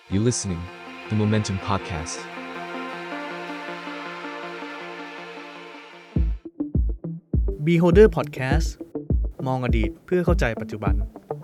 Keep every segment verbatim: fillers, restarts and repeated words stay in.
You're listening to Momentum Podcast. Beholder Podcast มองอดีตเพื่อเข้าใจปัจจุบัน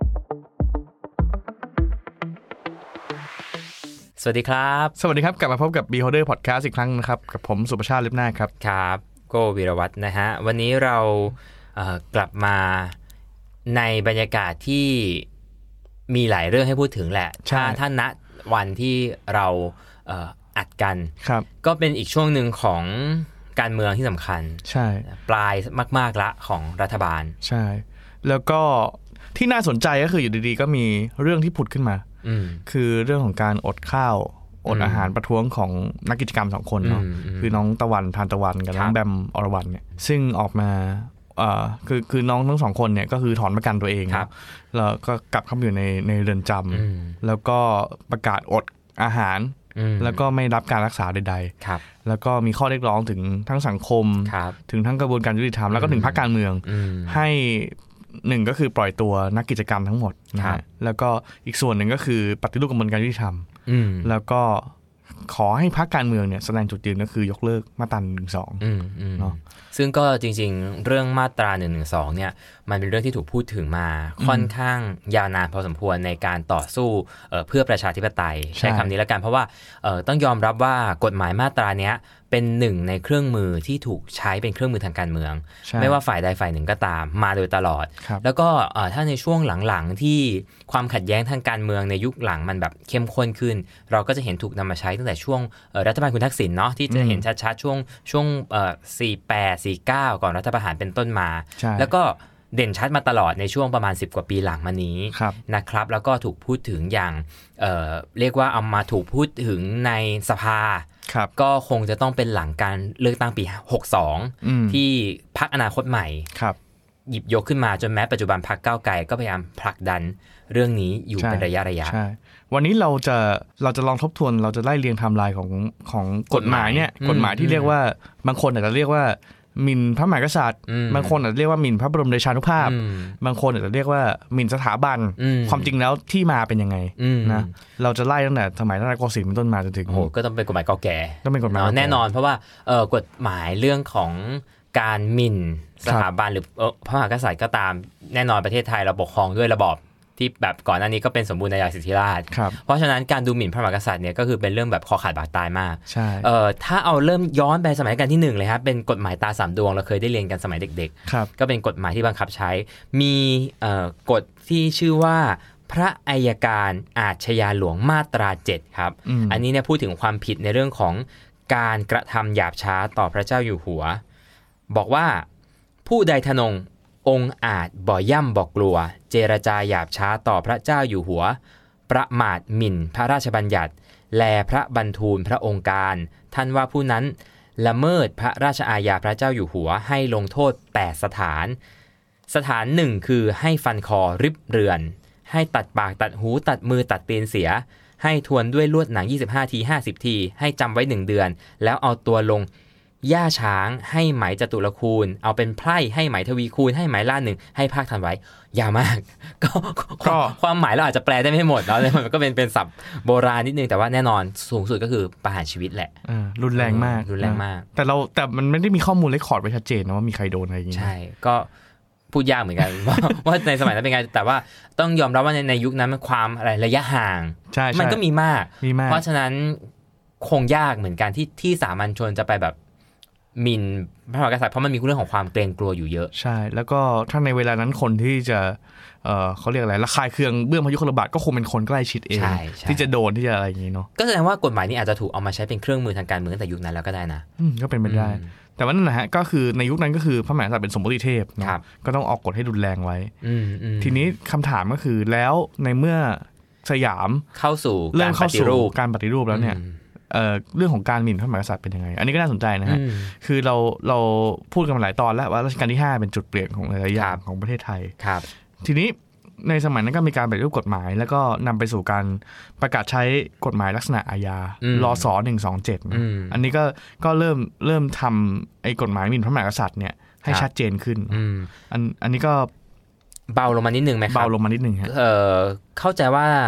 สวัสดีครับสวัสดีครับกลับมาพบกับ Beholder Podcast อีกครั้งนะครับกับผมสุประชาติลิบนาครับครับโก้วีรวัฒน์นะฮะวันนี้เราเอ่อกลับมาในบรรยากาศที่มีหลายเรื่องให้พูดถึงแหละถ้าถ้าณวันที่เราเอ่ออัดกันครับก็เป็นอีกช่วงหนึ่งของการเมืองที่สำคัญใช่ปลายมากๆละของรัฐบาลใช่แล้วก็ที่น่าสนใจก็คืออยู่ดีๆก็มีเรื่องที่ผุดขึ้นมาคือเรื่องของการอดข้าวอดอาหารประท้วงของนักกิจกรรมสองคนเนาะคือน้องตะวันทานตะวันกับน้องแบมอรวรรณเนี่ยซึ่งออกมาเอ่อคือคือน้องทั้งสองคนเนี่ยก็คือถอนประกันตัวเองแล้วก็กลับเข้ามาอยู่ในในเรือนจำแล้วก็ประกาศอดอาหารแล้วก็ไม่รับการรักษาใดๆแล้วก็มีข้อเรียกร้องถึงทั้งสังคมถึงทั้งกระบวนการยุติธรรมแล้วก็ถึงพรรคการเมืองให้หนึ่งก็คือปล่อยตัวนักกิจกรรมทั้งหมดนะฮะแล้วก็อีกส่วนหนึ่งก็คือปฏิรูปกระบวนการยุติธรรมแล้วก็ขอให้พรรคการเมืองเนี่ยแสดงจุดยืนก็คือยกเลิกมาตราหนึ่งหนึ่งสองเนาะซึ่งก็จริงๆเรื่องมาตราหนึ่งหนึ่งสองเนี่ยมันเป็นเรื่องที่ถูกพูดถึงมาค่อนข้างยาวนานพอสมควรในการต่อสู้เอ่อเพื่อประชาธิปไตยใช้คำนี้แล้วกันเพราะว่าเอ่อต้องยอมรับว่ากฎหมายมาตราเนี้ยเป็นหนึ่งในเครื่องมือที่ถูกใช้เป็นเครื่องมือทางการเมืองไม่ว่าฝ่ายใดฝ่ายหนึ่งก็ตามมาโดยตลอดแล้วก็ถ้าในช่วงหลังๆที่ความขัดแย้งทางการเมืองในยุคหลังมันแบบเข้มข้นขึ้นเราก็จะเห็นถูกนำมาใช้ตั้งแต่ช่วงรัฐบาลคุณทักษิณเนาะที่จะเห็นชัดๆช่วงช่วงสี่สิบแปด สี่สิบเก้าก่อนรัฐประหารเป็นต้นมาแล้วก็เด่นชัดมาตลอดในช่วงประมาณสิบกว่าปีหลังมานี้นะครับแล้วก็ถูกพูดถึงอย่าง เอ่อ เรียกว่าเอามาถูกพูดถึงในสภาก็คงจะต้องเป็นหลังการเลือกตั้งปีหกสิบสองที่พรรคอนาคตใหม่หยิบยกขึ้นมาจนแม้ปัจจุบันพรรคก้าวไกลก็พยายามผลักดันเรื่องนี้อยู่เป็นระยะระยะวันนี้เราจะเราจะลองทบทวนเราจะไล่เรียงไทม์ไลน์ของของกฎหมายเนี่ยกฎหมายที่เรียกว่าบางคนอาจจะเรียกว่าหมิ่นพระมหากษัตริย์บางคนอาจจะเรียกว่าหมิ่นพระบรมเดชานุภาพบางคนอาจจะเรียกว่าหมิ่นสถาบันความจริงแล้วที่มาเป็นยังไงนะเราจะไล่ตั้งแต่สมัยรัชกาลที่สิบเป็นต้นมาจนถึงโอ้ก็ต้องเป็นกฎหมายเก่าแก่ต้องเป็นกฎหมายแน่นอนเพราะว่าเอ่อกฎหมายเรื่องของการหมิ่นสถาบันหรือพระมหากษัตริย์ก็ตามแน่นอนประเทศไทยเราปกครองด้วยระบอบที่แบบก่อนหน้านี้ก็เป็นสมบูรณาญาสิทธิราชย์เพราะฉะนั้นการดูหมิ่นพระมหากษัตริย์เนี่ยก็คือเป็นเรื่องแบบคอขาดบาดตายมากเอ่อถ้าเอาเริ่มย้อนไปสมัยรัชกาลที่หนึ่งเลยครับเป็นกฎหมายตาสามดวงเราเคยได้เรียนกันสมัยเด็กๆก็เป็นกฎหมายที่บังคับใช้มีเอ่อกฎที่ชื่อว่าพระอัยการอาชญาหลวงมาตราเจ็ดครับ อ, อันนี้เนี่ยพูดถึงความผิดในเรื่องของการกระทำหยาบช้าต่อพระเจ้าอยู่หัวบอกว่าผู้ใดทะนงองค์อาจบ่ย่ำบ่กลัวเจรจาหยาบช้าต่อพระเจ้าอยู่หัวประมาทหมิ่นพระราชบัญญัติแลพระบรรทูลพระองค์การท่านว่าผู้นั้นละเมิดพระราชอาญาพระเจ้าอยู่หัวให้ลงโทษแปดสถานสถานหนึ่งคือให้ฟันคอริบเรือนให้ตัดปากตัดหูตัดมือตัดตีนเสียให้ทวนด้วยลวดหนังยี่สิบห้าทีห้าสิบทีให้จำไว้หนึ่งเดือนแล้วเอาตัวลงย่าช้างให้ไหมจตุรคูณเอาเป็นไพร่ให้ไหมทวีคูณให้ไหมล้านหนึ่งให้ภาคทันไว้ยาวมากก็ความหมายเราอาจจะแปลได้ไม่หมดเนาะมันก็เป็นเป็นศัพท์โบราณนิดนึงแต่ว่าแน่นอนสูงสุดก็คือประหารชีวิตแหละรุนแรงมากรุนแรงมากแต่เราแต่มันไม่ได้มีข้อมูลเรคคอร์ดไว้ชัดเจนนะว่ามีใครโดนอะไรอย่างงี้ใช่ก็พูดยากเหมือนกัน ว่าในสมัยนั้นเป็นไงแต่ว่าต้องยอมรับว่าในในยุคนั้นมันความอะไรระยะห่างมันก็มีมากเพราะฉะนั้นคงยากเหมือนกันที่ที่สามัญชนจะไปแบบหมิ่นพระมหากษัตริย์เพราะมันมีเรื่องของความเกรงกลัวอยู่เยอะใช่แล้วก็ถ้าในเวลานั้นคนที่จะเอ่อเขาเรียกอะไรระคายเคืองเบื้องพยุคลบาทก็คงเป็นคนใกล้ชิดเองที่จะโดนที่จะอะไรอย่างนี้เนาะก็แสดงว่ากฎหมายนี้อาจจะถูกเอามาใช้เป็นเครื่องมือทางการเมืองตั้งแต่ยุคนั้นแล้วก็ได้นะก็เป็นไปได้แต่ว่านั่นแหละฮะก็คือในยุคนั้นก็คือพระมหากษัตริย์เป็นสมมติเทพเนาะก็ต้องออกกฎให้รุนแรงไว้ทีนี้คำถามก็คือแล้วในเมื่อสยามเข้าสู่การปฏิรูปการปฏิรูปแล้วเนี่ยเอ่อเรื่องของการหมิ่นพระมหากษัตริย์เป็นยังไงอันนี้ก็น่าสนใจนะฮะคือเราเราพูดกันมาหลายตอนแล้วว่ารัชกาลที่ห้าเป็นจุดเปลี่ยนของหลายๆอย่างของประเทศไทยทีนี้ในสมัยนั้นก็มีการปฏิรูปกฎหมายแล้วก็นำไปสู่การประกาศใช้กฎหมายลักษณะอาญารศหนึ่งสองเจ็ดนะอันนี้ก็ก็เริ่มเริ่มทำไอ้กฎหมายหมิ่นพระมหากษัตริย์เนี่ยให้ชัดเจนขึ้นอันอันนี้ก็เบาลงมานิดนึงไหมครับเบาลงมานิดนึงฮะเอ่อเข้าใจว่า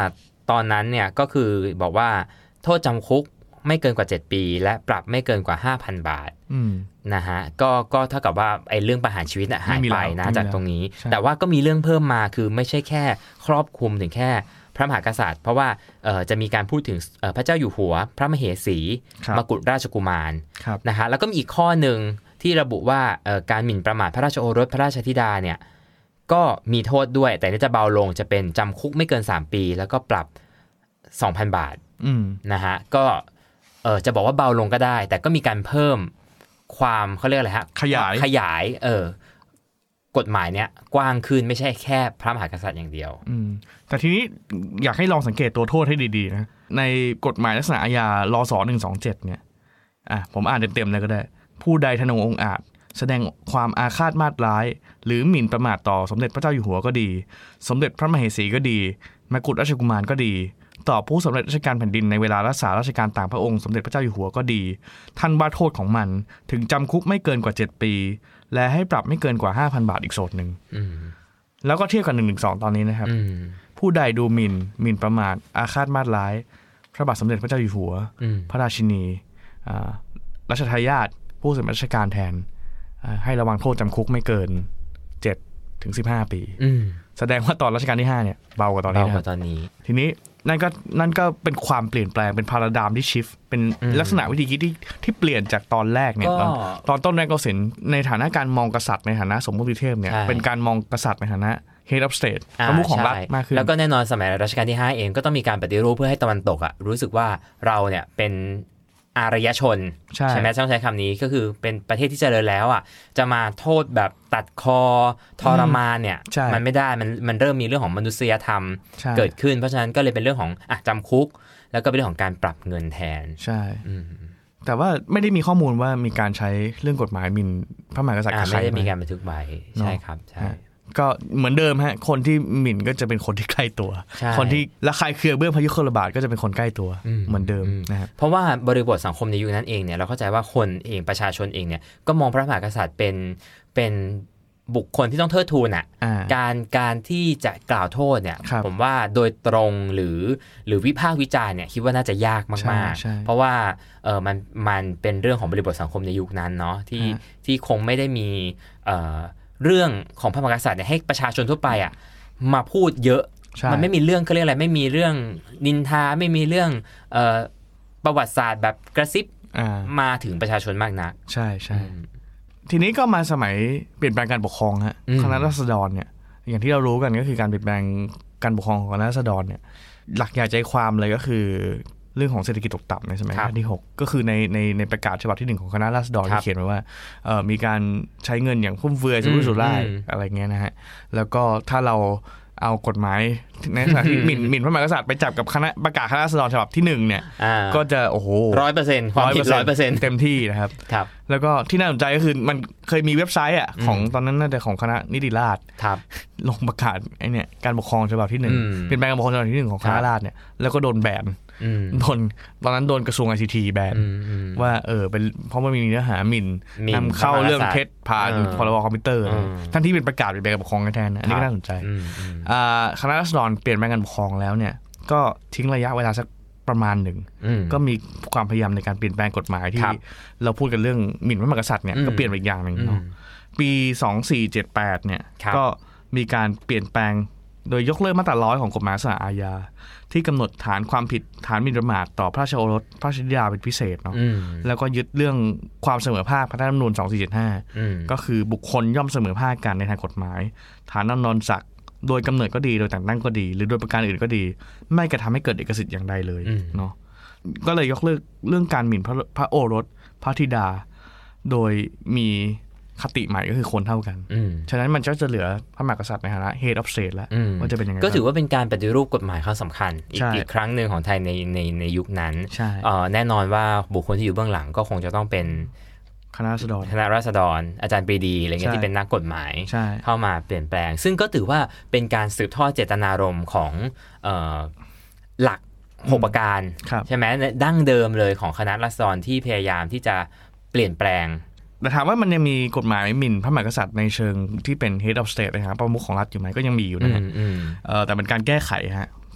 ตอนนั้นเนี่ยก็คือบอกว่าโทษจำคุกไม่เกินกว่าเจ็ดปีและปรับไม่เกินกว่า ห้าพัน บาทนะฮะก็ก็เท่ากับว่าไอ้เรื่องประหารชีวิตน่ะหายไปนะจากตรงนี้แต่ว่าก็มีเรื่องเพิ่มมาคือไม่ใช่แค่ครอบคลุมถึงแค่พระมหากษัตริย์เพราะว่าจะมีการพูดถึงพระเจ้าอยู่หัวพระมเหสีมกุฎราชกุมารนะฮะแล้วก็มีอีกข้อหนึ่งที่ระบุว่าการหมิ่นประมาทพระราชโอรสพระราชธิดาเนี่ยก็มีโทษด้วยแต่นี่จะเบาลงจะเป็นจำคุกไม่เกินสามปีแล้วก็ปรับ สองพัน บาทนะฮะก็เออจะบอกว่าเบาลงก็ได้แต่ก็มีการเพิ่มความเขาเรียกอะไรฮะขยายขยายเออกฎหมายเนี้ยกว้างขึ้นไม่ใช่แค่พระมหากษัตริย์อย่างเดียวอืมแต่ทีนี้อยากให้ลองสังเกตตัวโทษให้ดีๆนะในกฎหมายลักษณะอาญารศหนึ่งสองเจ็ดเนี่ยอ่ะผมอ่านเต็มๆเลยก็ได้ผู้ใดทะนงองอาจแสดงความอาฆาตมาตร้ายหรือหมิ่นประมาทต่อสมเด็จพระเจ้าอยู่หัวก็ดีสมเด็จพระมเหสีก็ดีมกุฎราชกุมารก็ดีต่อผู้สำเร็จราชการแผ่นดินในเวลารักษาราชการต่างพระองค์สมเด็จพระเจ้าอยู่หัวก็ดีท่านว่าโทษของมันถึงจำคุกไม่เกินกว่าเจ็ดปีและให้ปรับไม่เกินกว่า ห้าพัน บาทอีกโสดหนึ่งแล้วก็เทียบกันหนึ่งหนึ่งสองตอนนี้นะครับผู้ใดดูหมิ่นหมิ่นประมาทอาฆาตมาตร้ายพระบาทสมเด็จพระเจ้าอยู่หัวพระราชินีรัชทายาทผู้สำเร็จราชการแทนให้ระวังโทษจำคุกไม่เกินเจ็ดถึงสิบห้าปีแสดงว่าตอนรัชกาลที่ห้าเนี่ยเบากว่าตอนนี้นะตอนนี้ทีนี้นั่นก็นั่นก็เป็นความเปลี่ยนแปลงเป็นพาราไดม์ที่ชิฟเป็นลักษณะวิธีคิดที่ที่เปลี่ยนจากตอนแรกเนี่ยตอนต้นแรกเราเห็นในฐานะการมองกษัตริย์ในฐานะสมมุติเทพเนี่ยเป็นการมองกษัตริย์ในฐานะ head of state ประมุขของรัฐมากขึ้นแล้วก็แน่นอนสมัยรัชกาลที่ห้าเองก็ต้องมีการปฏิรูปเพื่อให้ตะวันตกอ่ะรู้สึกว่าเราเนี่ยเป็นอารยชนใช่ไหมต้องใช้คำนี้ก็คือเป็นประเทศที่เจริญแล้วอ่ะจะมาโทษแบบตัดคอทรมานเนี่ยมันไม่ได้มันมันเริ่มมีเรื่องของมนุษยธรรมเกิดขึ้นเพราะฉะนั้นก็เลยเป็นเรื่องของอ่ะจำคุกแล้วก็เป็นเรื่องของการปรับเงินแทนใช่แต่ว่าไม่ได้มีข้อมูลว่ามีการใช้เรื่องกฎหมายหมิ่นพระมหากษัตริย์ไม่ได้มีการบันทึกไว้ใช่ครับใช่ก็เหมือนเดิมฮะคนที่หมิ่นก็จะเป็นคนที่ใกล้ตัวคนที่ระคายเคืองเบื้องพยุคลบาทก็จะเป็นคนใกล้ตัวเหมือนเดิมนะครับเพราะว่าบริบทสังคมในยุคนั้นเองเนี่ยเราเข้าใจว่าคนเองประชาชนเองเนี่ยก็มองพระมหากษัตริย์เป็นเป็นบุคคลที่ต้องเทิดทูนอ่ะการการที่จะกล่าวโทษเนี่ยผมว่าโดยตรงหรือหรือวิพากษ์วิจารณ์เนี่ยคิดว่าน่าจะยากมากๆเพราะว่าเออมันมันเป็นเรื่องของบริบทสังคมในยุคนั้นเนาะที่ที่คงไม่ได้มีเอ่อเรื่องของพระมหากษัตริย์เนี่ยให้ประชาชนทั่วไปอ่ะมาพูดเยอะมันไม่มีเรื่องเขาเรียกอะไรไม่มีเรื่องนินทาไม่มีเรื่องเอ่อประวัติศาสตร์แบบกระซิบมาถึงประชาชนมากนักใช่ใช่ทีนี้ก็มาสมัยเปลี่ยนแปลงการปกครองฮะคณะราษฎรเนี่ยอย่างที่เรารู้กันก็คือการเปลี่ยนแปลงการปกครองของคณะราษฎรเนี่ยหลักใหญ่ใจความเลยก็คือเรื่องของเศรษฐกิจตกต่ำในสมัยรัชกาลที่หกก็คือในในในประกาศฉบับที่หนึ่งของคณะราษฎรที่เขียนไว้ว่าเอ่อมีการใช้เงินอย่างฟุ่มเฟือยสุรุ่ยสุร่ายอะไรเงี้ยนะฮะแล้วก็ถ้าเราเอากฎหมายในสถานที่หมิ่นหมิ่นพระมหากษัตริย์ไปจับกับคณะประกาศคณะราษฎรฉบับที่หนึ่งเนี่ยก็จะโอ้โหร้อยเปอร์เซ็นต์ ความผิด ร้อยเปอร์เซ็นต์เต็มที่นะครับแล้วก็ที่น่าสนใจก็คือมันเคยมีเว็บไซต์อ่ะของตอนนั้นน่าจะของคณะนิติราษฎร์ลงประกาศไอ้เนี่ยการปกครองฉบับที่หนึ่งเป็นแปลงการปกครองฉบับที่หนึ่งของคณะราษฎรเนี่ยแล้วก็โดนแบนโดนตอนนั้นโดนกระทรวง ไอ ซี ที แบนว่าเออเป็นเพราะมันมีเนื้อหาหมิ่นนำเข้าเรื่องเท็จผ่านพรบคอมพิวเตอร์ทั้งที่เป็นประกาศเป็นแปลงการปกครองแทนอันนี้ก็น่าสนใจคณะราษฎรเปลี่ยนแปลงการปกครองแล้วเนี่ยก็ทิ้งระยะเวลาสักประมาณหนึ่งก็มีความพยายามในการเปลี่ยนแปลงกฎหมายที่เราพูดกันเรื่องหมิ่นพระมหากษัตริย์เนี่ยก็เปลี่ยนไปอีกอย่างนึงเนาะปีสองพันสี่ร้อยเจ็ดสิบแปดเนี่ยก็มีการเปลี่ยนแปลงโดยยกเลิกมาตราร้อยของกฎหมายลักษณะอาญาที่กำหนดฐานความผิดฐานหมิ่นประมาทต่อพระราชโอรสพระราชธิดาเป็นพิเศษเนาะแล้วก็ยึดเรื่องความเสมอภาคพระราชบัญญัติรัฐธรรมนูญสองพันสี่ร้อยเจ็ดสิบห้าก็คือบุคคลย่อมเสมอภาคกันในทางกฎหมายฐานนอนศักดิ์โดยกำเนิดก็ดีโดยแต่งตั้งก็ดีหรือโดยประการอื่นก็ดีไม่กระทำให้เกิดเอกสิทธิ์อย่างใดเลยเนาะก็เลยยกเลิกเรื่องการหมิ่นพระพระโอรสพระธิดาโดยมีคติใหม่ก็คือคนเท่ากันฉะนั้นมันก็จะเหลือพระมหากษัตริย์ในฐานะ head of state แล้วว่าจะเป็นยังไงก็ถือว่าเป็นการปฏิรูปกฎหมายครั้งสำคัญอีกอีกครั้งหนึ่งของไทยในในในยุคนั้นแน่นอนว่าบุคคลที่อยู่เบื้องหลังก็คงจะต้องเป็นคณะราษฎรคณะราษฎรอาจารย์ปรีดีอะไรเงี้ยที่เป็นนักกฎหมายเข้ามาเปลี่ยนแปลงซึ่งก็ถือว่าเป็นการสืบทอดเจตนารมณ์ของหลักหกประการใช่ไหมดั้งเดิมเลยของคณะราษฎรที่พยายามที่จะเปลี่ยนแปลงแต่ถามว่ามันยังมีกฎหมายหมิ่นพระมหากษัตริย์ในเชิงที่เป็น head of state นะครับประมุขของรัฐอยู่ไหมก็ยังมีอยู่นะฮะแต่เป็นการแก้ไขฮะ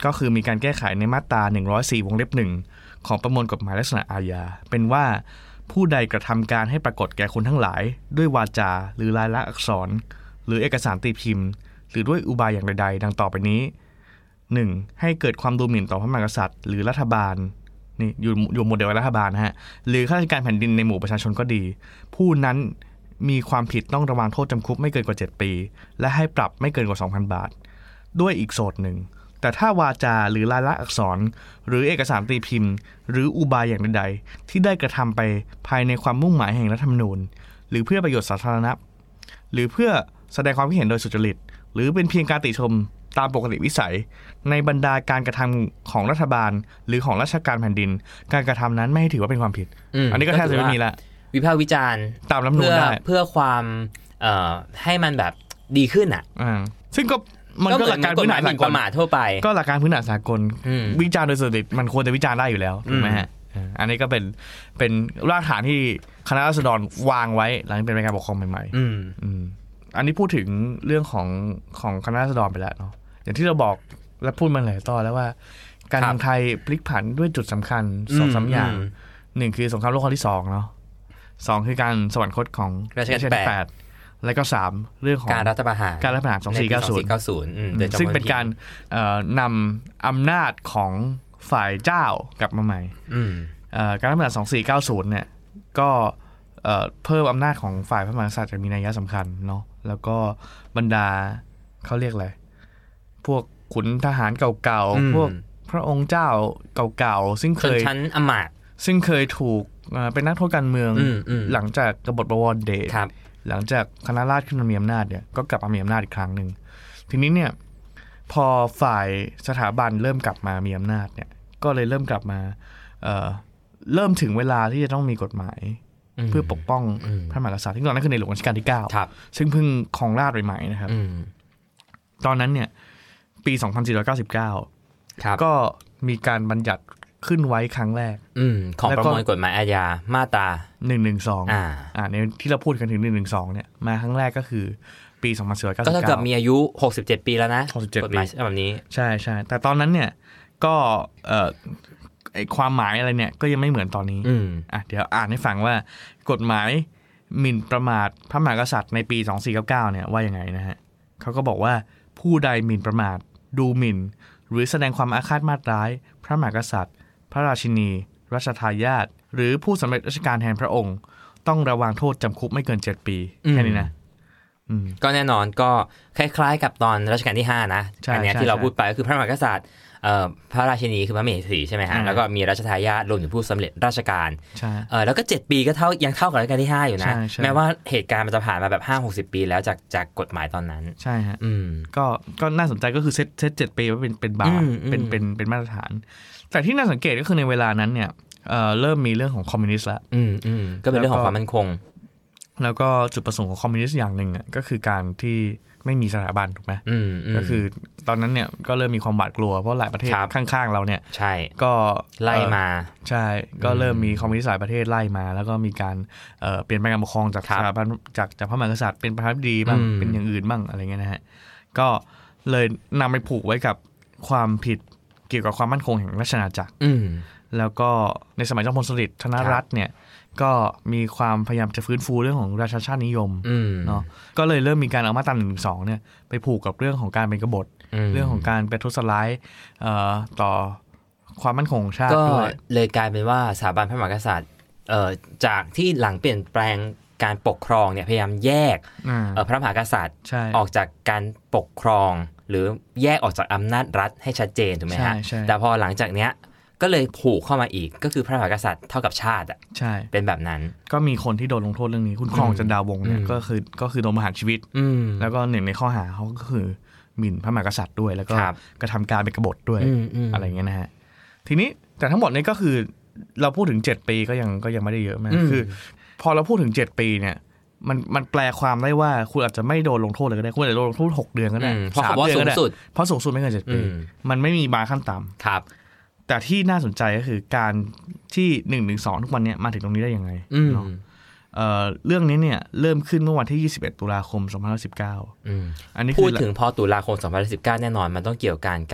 ก็คือมีการแก้ไขในมาตราหนึ่งร้อยสี่วงเล็บหนึ่งของประมวลกฎหมายลักษณะอาญาเป็นว่าผู้ใดกระทำการให้ปรากฏแก่คนทั้งหลายด้วยวาจาหรือลายลักษณ์อักษรหรือเอกสารตีพิมพ์หรือด้วยอุบายอย่างใดๆดังต่อไปนี้ หนึ่ง. ให้เกิดความดูหมิ่นต่อพระมหากษัตริย์หรือรัฐบาลนี่อยู่อยู่โมเดลรัฐบาลนะฮะหรือข้าราชการแผ่นดินในหมู่ประชาชนก็ดีผู้นั้นมีความผิดต้องระวังโทษจำคุกไม่เกินกว่าเจ็ดปีและให้ปรับไม่เกินกว่า สองพัน บาทด้วยอีกโสดหนึ่งแต่ถ้าวาจาหรือลายลักษณ์อักษรหรือเอกสารตีพิมพ์หรืออุบายอย่างใดๆที่ได้กระทำไปภายในความมุ่งหมายแห่งรัฐธรรมนูญหรือเพื่อประโยชน์สาธารณะหรือเพื่อแสดงความคิดเห็นโดยสุจริตหรือเป็นเพียงการติชมตามปกติวิสัยในบรรดาการกระทำของรัฐบาลหรือของราชการแผ่นดินการกระทำนั้นไม่ให้ถือว่าเป็นความผิด อ, อันนี้ก็แทบจะไม่มีละวิพากษ์วิจารณ์ตามรัฐธรรมนูญได้เพื่อความเอ่อให้มันแบบดีขึ้นอ่ะซึ่งก็มันก็หลักการพื้นฐานสากลทั่วไปก็หลักการพื้นฐานสากลวิจารณ์โดยสุจริตมันควรจะวิจารณ์ได้อยู่แล้วถูกไหมฮะอันนี้ก็เป็นเป็นรากฐานที่คณะราษฎรวางไว้หลังเป็นการปกครองใหม่ๆอันนี้พูดถึงเรื่องของของคณะราษฎรไปแล้วเนาะอย่างที่เราบอกและพูดมาหลายตอนแล้วว่าการเมืองไทยพลิกผันด้วยจุดสำคัญสองสามอย่างหนึ่งคือสงครามโลกครั้งที่สองเนาะสองคือการสวรรคตของรัชกาลที่แปดและก็สามเรื่องของการรัฐประหารการรัฐประหารสองสี่เก้าศูนย์ซึ่งเป็นการนำอำนาจของฝ่ายเจ้ากลับมาใหม่การรัฐประหารสองสี่เก้าศูนย์เนี่ยก็เพิ่มอำนาจของฝ่ายพระมหากษัตริย์จะมีนัยสำคัญเนาะแล้วก็บรรดาเขาเรียกอะไรพวกขุนทหารเก่าๆพวกพระองค์เจ้าเก่าๆซึ่งเคยชั้นอมาตย์ซึ่งเคยถูกเป็นนักโทษการเมืองหลังจากกบฏบวรเดชหลังจากคณะราษฎรขึ้นมามีอำนาจเนี่ยก็กลับมามีอำนาจอีกครั้งหนึ่งทีนี้เนี่ยพอฝ่ายสถาบันเริ่มกลับมามีอำนาจเนี่ยก็เลยเริ่มกลับมา เอ่อ เริ่มถึงเวลาที่จะต้องมีกฎหมายเพื่อปกป้องพระมหากษัตริย์ที่ตอนนั้นคือในหลวงรัชกาลที่เก้าซึ่งเพิ่งครองราชย์ใหม่ๆนะครับตอนนั้นเนี่ยปีสองพันสี่ร้อยเก้าสิบเก้าก็มีการบัญญัติขึ้นไว้ครั้งแรกของประมวลกฎหมายอาญามาตราหนึ่งหนึ่งสองอ่าอ่าในที่เราพูดกันถึงหนึ่งหนึ่งสองเนี่ยมาครั้งแรกก็คือปีสองพันสี่ร้อยเก้าสิบเก้าก็เท่ากับมีอายุหกสิบเจ็ดปีแล้วนะกฎหมายแบบนี้ใช่ๆแต่ตอนนั้นเนี่ยก็เอ่อไอ้ความหมายอะไรเนี่ยก็ยังไม่เหมือนตอนนี้อ่ะเดี๋ยวอ่านให้ฟังว่ากฎหมายหมิ่นประมาทพระมหากษัตริย์ในปีสองพันสี่ร้อยเก้าสิบเก้าเนี่ยว่ายังไงนะฮะเขาก็บอกว่าผู้ใดหมิ่นประมาทดูหมิ่นหรือแสดงความอาฆาตมาตร้ายพระมหากษัตริย์พระราชินีรัชทายาทหรือผู้สำเร็จราชการแทนพระองค์ต้องระวังโทษจำคุกไม่เกินเจ็ดปีแค่นี้นะก็แน่นอนก็คล้ายๆกับตอนรัชกาลที่ห้านะอันนี้ที่เราพูดไปก็คือพระมหากษัตริย์พระราชินีคือพระมเหสีใช่ไหมฮะแล้วก็มีรัชทายาทรวมถึงผู้สำเร็จราชการแล้วก็เจ็ดปีก็เท่ายังเท่ากับรัชกาลที่ห้าอยู่นะแม้ว่าเหตุการณ์มันจะผ่านมาแบบ ห้าหกสิบ ปีแล้วจากจากกฎหมายตอนนั้นใช่ฮะก็ก็น่าสนใจก็คือเซตเซตเจ็ดปีว่าเป็นเป็นบาทเป็นเป็นเป็นมาตรฐานแต่ที่น่าสังเกตก็คือในเวลานั้นเนี่ย เอ่อเริ่มมีเรื่องของคอมมิวนิสต์ละอืมอืมก็เป็นเรื่องของความมั่นคงแล้วก็จุดประสงค์ของคอมมิวนิสต์อย่างหนึ่งอ่ะก็คือการที่ไม่มีสถาบันถูกไหมก็คือตอนนั้นเนี่ยก็เริ่มมีความหวาดกลัวเพราะหลายประเทศข้างๆเราเนี่ยใช่ก็ไล่มาใช่ก็เริ่มมีคอมมิวนิสต์หลายประเทศไล่มาแล้วก็มีการเอ่อเปลี่ยนแปลงการปกครองจากสถาบันจากจากพระมหากษัตริย์เป็นประธานาธิบดีบ้างเป็นอย่างอื่นบ้างอะไรเงี้ยนะฮะก็เลยนำไปผูกไว้กับความผิดเกี่ยวกับความมั่นคงแห่งราชอาณาจักรแล้วก็ในสมัยจอมพลสฤษดิ์ธนรัตน์เนี่ยก็มีความพยายามจะฟื้นฟูเรื่องของราชาชาตินิยมเนาะก็เลยเริ่มมีการเอามาตราหนึ่งหนึ่งสองเนี่ยไปผูกกับเรื่องของการเป็นกบฏเรื่องของการประทุษร้ายต่อความมั่นคงของชาติด้วยก็เลยกลายเป็นว่าสถาบันพระมหากษัตริย์จากที่หลังเปลี่ยนแปลงการปกครองเนี่ยพยายามแยกพระมหากษัตริย์ออกจากการปกครองหรือแยกออกจากอำนาจรัฐให้ชัดเจนถูกไหมฮะแต่พอหลังจากเนี้ยก็เลยผูกเข้ามาอีกก็คือพระมหากษัตริย์เท่ากับชาติอ่ะใช่เป็นแบบนั้นก็มีคนที่โดนลงโทษเรื่องนี้คุณครองจันดาวงศ์เนี่ยก็คือก็คือโดนประหารชีวิตแล้วก็หนึ่งในข้อหาเขาก็คือหมิ่นพระมหากษัตริย์ด้วยแล้วก็กระทำการเป็นกบฏด้วยอะไรเงี้ยนะฮะทีนี้แต่ทั้งหมดนี้ก็คือเราพูดถึงเจ็ดปีก็ยังก็ยังไม่ได้เยอะมากคือพอเราพูดถึงเจ็ดปีเนี่ยมันมันแปลความได้ว่าคุณอาจจะไม่โดนลงโทษเลยก็ได้คุณอาจจะโดนลงโทษหกเดือนก็ได้สามเดือนก็ได้เพราะสูงสุดไม่เกินเจ็ดปีมันไม่มีบาร์ขั้นต่ำครับแต่ที่น่าสนใจก็คือการที่หนึ่งหนึ่งสองทุกวันนี้มาถึงตรงนี้ได้ยังไงเนาะ เอ่อ เรื่องนี้เนี่ยเริ่มขึ้นเมื่อวันที่ยี่สิบเอ็ดตุลาคมสองพันสิบเก้าอืมอันนี้พูดถึงพอตุลาคมสองพันสิบเก้าแน่นอนมันต้องเกี่ยวกันกับ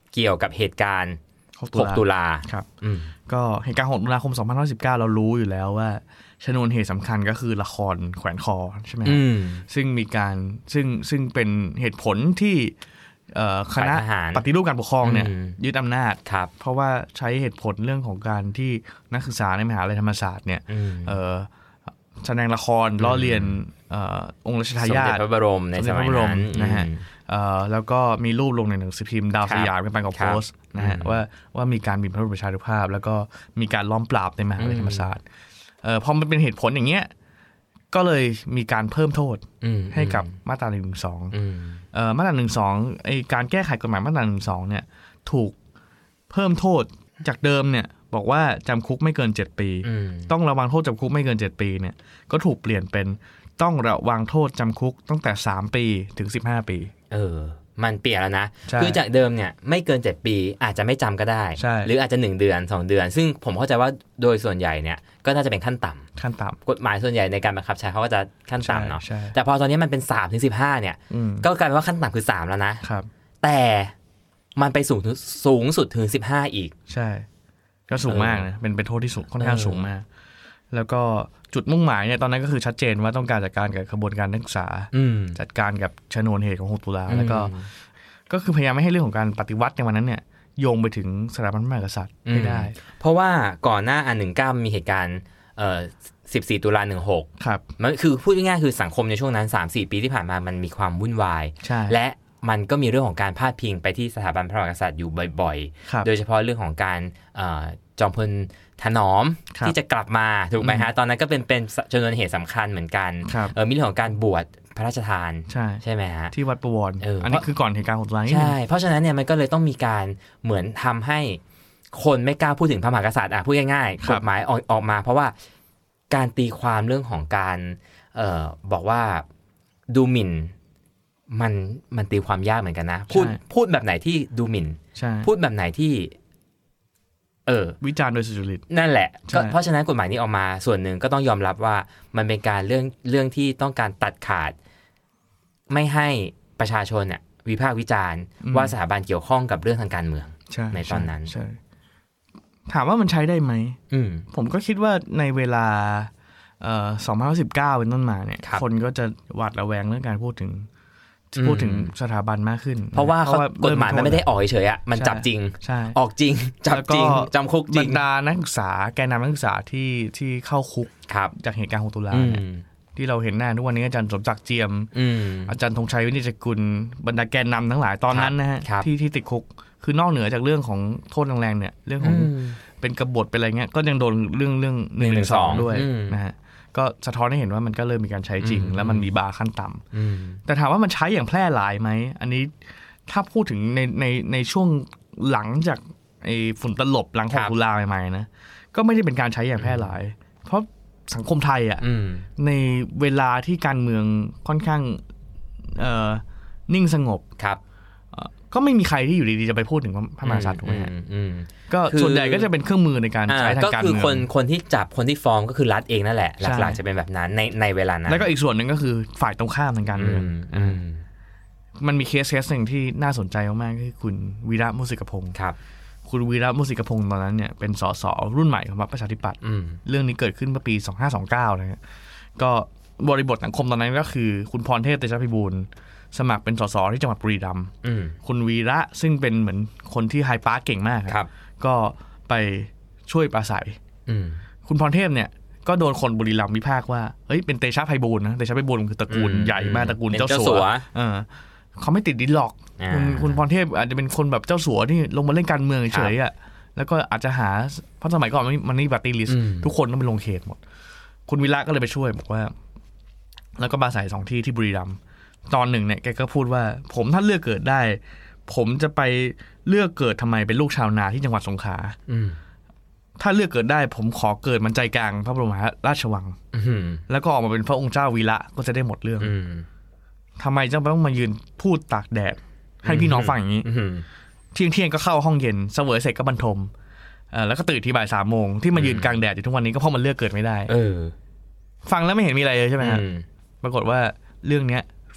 เกี่ยวกับเหตุการณ์หกตุลาครับก็เหตุการณ์หกตุลาคมสองพันห้าร้อยสิบเก้าเรารู้อยู่แล้วว่าชนวนเหตุสำคัญก็คือละครแขวนคอใช่ไหมซึ่งมีการซึ่งซึ่งเป็นเหตุผลที่คณะปฏิรูปการปกครองเนี่ยยึดอำนาจเพราะว่าใช้เหตุผลเรื่องของการที่นักศึกษาในมหาวิทยาลัยธรรมศาสตร์เนี่ยแสดงละครล้อเลียนองค์รัชทายาทสมเด็จพระบรมในสมัยนั้นนะฮะแล้วก็มีรูปลงในหนังสือพิมพ์ดาวสยามกันไปกับโพสต์นะฮะว่าว่ามีการบินพระบรมราชานุภาพแล้วก็มีการล้อมปราบในมหาวิทยาลัยธรรมศาสตร์พอมันเป็นเหตุผลอย่างเงี้ยก็เลยมีการเพิ่มโทษให้กับมาตราหนึ่งหนึ่งสองมาตราหนึ่งสองไอการแก้ไขกฎหมายมาตราหนึ่งสองเนี่ยถูกเพิ่มโทษจากเดิมเนี่ยบอกว่าจำคุกไม่เกินเจ็ดปีต้องระวังโทษจำคุกไม่เกินเจ็ดปีเนี่ยก็ถูกเปลี่ยนเป็นต้องระวังโทษจำคุกตั้งแต่สามปีถึงสิบห้าปีเออมันเปลี่ยนแล้วนะคือจากเดิมเนี่ยไม่เกินเจ็ดปีอาจจะไม่จำก็ได้หรืออาจจะหนึ่งเดือนสองเดือนซึ่งผมเข้าใจว่าโดยส่วนใหญ่เนี่ยก็น่าจะเป็นขั้นต่ำขั้นต่ำกฎหมายส่วนใหญ่ในการบังคับใช้เขาก็จะขั้นต่ำเนาะแต่พอตอนนี้มันเป็นสามถึงสิบห้าเนี่ยก็กลายเป็นว่าขั้นต่ำคือสามแล้วนะครับแต่มันไปสูงสูงสุดถึงสิบห้าอีกใช่ก็สูงมากนะเป็นเป็นโทษที่สูงค่อนข้างสูงมากแล้วก็จุดมุ่งหมายเนี่ยตอนนั้นก็คือชัดเจนว่าต้องการจัดการกับกระบวนการนักศึกษาจัดการกับชนวนเหตุของหกตุลาแล้วก็ก็คือพยายามไม่ให้เรื่องของการปฏิวัติในวันนั้นเนี่ยโยงไปถึงสถาบันพระมหากษัตริย์ไม่ได้เพราะว่าก่อนหน้าอันหนึ่งเก้ามีเหตุการณ์เอ่อสิบสี่ตุลาหนึ่งหกครับมันคือพูดง่ายๆคือสังคมในช่วงนั้น สามสี่ ปีที่ผ่านมามันมีความวุ่นวายและมันก็มีเรื่องของการพาดพิงไปที่สถาบันพระมหากษัตริย์อยู่บ่อยๆโดยเฉพาะเรื่องของการจอมพลถนอมที่จะกลับมาถูกไหมฮะตอนนั้นก็เป็นเป็นชนวนเหตุสำคัญเหมือนกันเออมีเรื่องของการบวชพระราชทานใช่ใช่ไหมฮะที่วัดประวรเอออันนี้คือก่อนเหตุการณ์หกตุลาใช่เพราะฉะนั้นเนี่ยมันก็เลยต้องมีการเหมือนทำให้คนไม่กล้าพูดถึงพระมหากษัตริย์อ่ะพูดง่ายๆกฎหมายออกออกมาเพราะว่าการตีความเรื่องของการเอ่อบอกว่าดูหมิ่นมันมันตีความยากเหมือนกันนะพูดพูดแบบไหนที่ดูหมิ่นพูดแบบไหนที่เออวิจารณ์โดยสุจริตนั่นแหละเพราะฉะนั้นกฎหมายนี้ออกมาส่วนหนึ่งก็ต้องยอมรับว่ามันเป็นการเรื่องเรื่องที่ต้องการตัดขาดไม่ให้ประชาชนเนี่ยวิพากษ์วิจารณ์ว่าสถาบันเกี่ยวข้องกับเรื่องทางการเมืองในตอนนั้นถามว่ามันใช้ได้ไหมผมก็คิดว่าในเวลาสองพันสิบเก้าเป็นต้นมาเนี่ยคนก็จะหวาดระแวงเรื่องการพูดถึงพูดถึงสถาบันมากขึ้นเพราะว่ากฎหมายมันไม่ได้ออกเฉยๆอ่ะมันจับจริงออกจริงจับจริงจำคุกจริงบรรดานักศึกษาแกนนำนักศึกษาที่ที่เข้าคุกจากเหตุการณ์หกตุลาเนี่ยที่เราเห็นหน้าทุกวันนี้อาจารย์สมศักดิ์เจียมอาจารย์ธงชัยวินิจฉัยกุลบรรดาแกนนำทั้งหลายตอนนั้นนะฮะที่ที่ติดคุกคือนอกเหนือจากเรื่องของโทษแรงๆเนี่ยเรื่องของเป็นกบฏเป็นอะไรเงี้ยก็ยังโดนเรื่องเรื่องหนึ่งหนึ่งสองด้วยนะฮะก็สะท้อนให้เห็นว่ามันก็เริ่มมีการใช้จริงแล้วมันมีบาร์ขั้นต่ำแต่ถามว่ามันใช้อย่างแพร่หลายไหมอันนี้ถ้าพูดถึงในในในช่วงหลังจากไอ้ฝุ่นตลบหลังของตุลาใหม่ๆนะก็ไม่ได้เป็นการใช้อย่างแพร่หลายเพราะสังคมไทยอ่ะในเวลาที่การเมืองค่อนข้างเอ่อนิ่งสงบก็ไม่มีใครที่อยู่ดีๆจะไปพูดถึงพระมหากษัตริย์ถูกไหมฮะก็ส่วนใหญ่ก็จะเป็นเครื่องมือในการใช้ทางการเมืองก็คือคนคนที่จับคนที่ฟ้องก็คือรัฐเองนั่นแหละหลักๆจะเป็นแบบนั้นในในเวลานั้นแล้วก็อีกส่วนหนึ่งก็คือฝ่ายตรงข้ามทางการเมืองมันมีเคสเคสหนึ่งที่น่าสนใจมากๆคือคุณวีระมุสิกพงศ์ครับคุณวีระมุสิกพงศ์ตอนนั้นเนี่ยเป็นสสรุ่นใหม่ของพรรคประชาธิปัตย์เรื่องนี้เกิดขึ้นเมื่อปีสองพันห้าร้อยยี่สิบเก้านะฮะก็บริบทสังคมตอนนั้นก็คือคุณพรเทพเตชะพิบูลสมัครเป็นสสที่จังหวัดบุรีรัมย์คุณวีระซึ่งเป็นเหมือนคนที่ไฮปาร์คเก่งมากครับก็ไปช่วยปราศัยคุณพรเทพเนี่ยก็โดนคนบุรีรัมย์วิพากษ์ว่าเฮ้ยเป็นเตชะไพบูลย์นะเตชะไพบูลย์คือตระกูลใหญ่มากตระกูลเจ้าสัวเออเขาไม่ติดดินหรอกคุณคุณพรเทพอาจจะเป็นคนแบบเจ้าสัวที่ลงมาเล่นการเมืองเฉยๆอ่ะแล้วก็อาจจะหาเพราะสมัยก่อนมันนี่ปาร์ตี้ลิสต์ทุกคนต้องไปลงเขตหมดคุณวีระก็เลยไปช่วยบอกว่าแล้วก็ปราศัยสองที่ที่บุรีรัมย์ตอนหนึ่งเนี่ยแกก็พูดว่าผมถ้าเลือกเกิดได้ผมจะไปเลือกเกิดทำไมเป็นลูกชาวนาที่จังหวัดสงขลาถ้าเลือกเกิดได้ผมขอเกิดมันใจกลางพระบรมราชวังแล้วก็ออกมาเป็นพระองค์เจ้าวีระก็จะได้หมดเรื่องทำไมจะต้องมายืนพูดตากแดดให้พี่น้องฟังอย่างนี้เที่ยงเที่ยงก็เข้าห้องเย็นเสวยเสร็จก็บรรทมแล้วก็ตื่นที่บ่ายสามโมงที่มายืนกลางแดดอยู่ทุกวันนี้ก็เพราะมันเลือกเกิดไม่ได้ฟังแล้วไม่เห็นมีอะไรเลยใช่ไหมครับปรากฏว่าเรื่องเนี้ย